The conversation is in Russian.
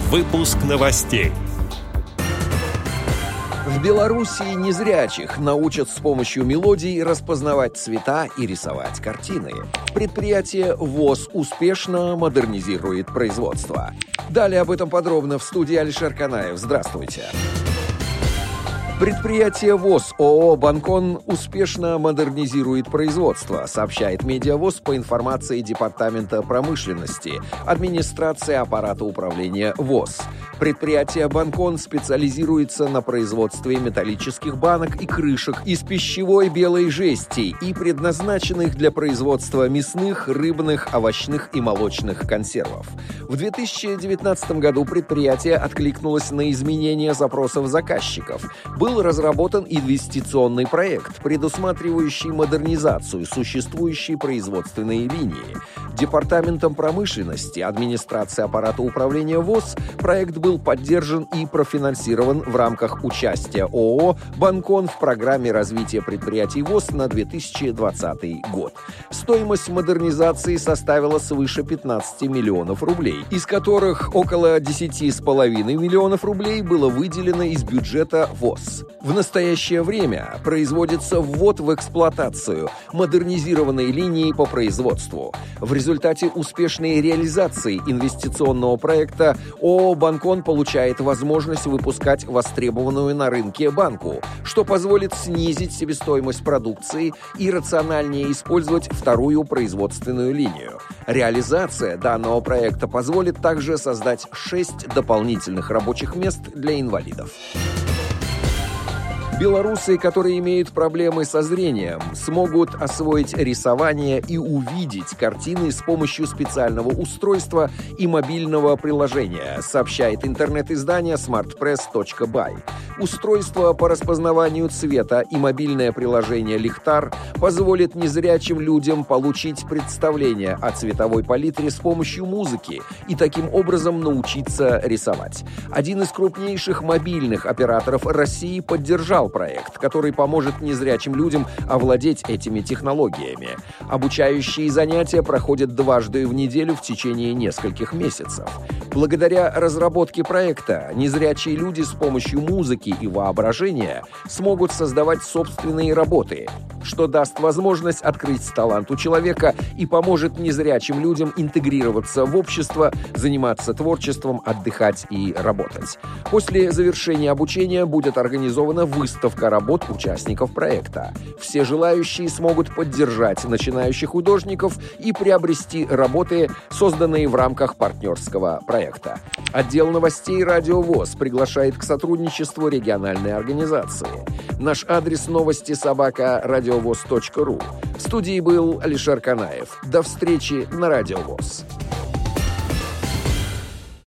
Выпуск новостей. В Белоруссии незрячих научат с помощью мелодий распознавать цвета и рисовать картины. Предприятие ВОС успешно модернизирует производство. Далее об этом подробно в студии Алишер Канаев. Здравствуйте. Предприятие ВОС ООО «Банкон» успешно модернизирует производство, сообщает Медиавоз по информации Департамента промышленности, администрации аппарата управления ВОС. Предприятие «Банкон» специализируется на производстве металлических банок и крышек из пищевой белой жести и предназначенных для производства мясных, рыбных, овощных и молочных консервов. В 2019 году предприятие откликнулось на изменения запросов заказчиков. Был разработан инвестиционный проект, предусматривающий модернизацию существующей производственной линии. Департаментом промышленности, администрации аппарата управления ВОС проект был поддержан и профинансирован в рамках участия ООО «Банкон» в программе развития предприятий ВОС на 2020 год. Стоимость модернизации составила свыше 15 миллионов рублей, из которых около 10,5 миллионов рублей было выделено из бюджета ВОС. В настоящее время производится ввод в эксплуатацию модернизированной линии по производству. В результате успешной реализации инвестиционного проекта ООО «Банкон» получает возможность выпускать востребованную на рынке банку, что позволит снизить себестоимость продукции и рациональнее использовать вторую производственную линию. Реализация данного проекта позволит также создать 6 дополнительных рабочих мест для инвалидов. Белорусы, которые имеют проблемы со зрением, смогут освоить рисование и увидеть картины с помощью специального устройства и мобильного приложения, сообщает интернет-издание smartpress.by. Устройство по распознаванию цвета и мобильное приложение «Лихтар» позволит незрячим людям получить представление о цветовой палитре с помощью музыки и таким образом научиться рисовать. Один из крупнейших мобильных операторов России поддержал проект, который поможет незрячим людям овладеть этими технологиями. Обучающие занятия проходят дважды в неделю в течение нескольких месяцев. Благодаря разработке проекта незрячие люди с помощью музыки и воображения смогут создавать собственные работы, что даст возможность открыть талант у человека и поможет незрячим людям интегрироваться в общество, заниматься творчеством, отдыхать и работать. После завершения обучения будет организована выставка работ участников проекта. Все желающие смогут поддержать начинающих художников и приобрести работы, созданные в рамках партнерского проекта. Отдел новостей «Радио ВОС» приглашает к сотрудничеству региональной организации. Наш адрес новости@радиовоз.ру. В студии был Алишер Канаев. До встречи на Радио ВОС.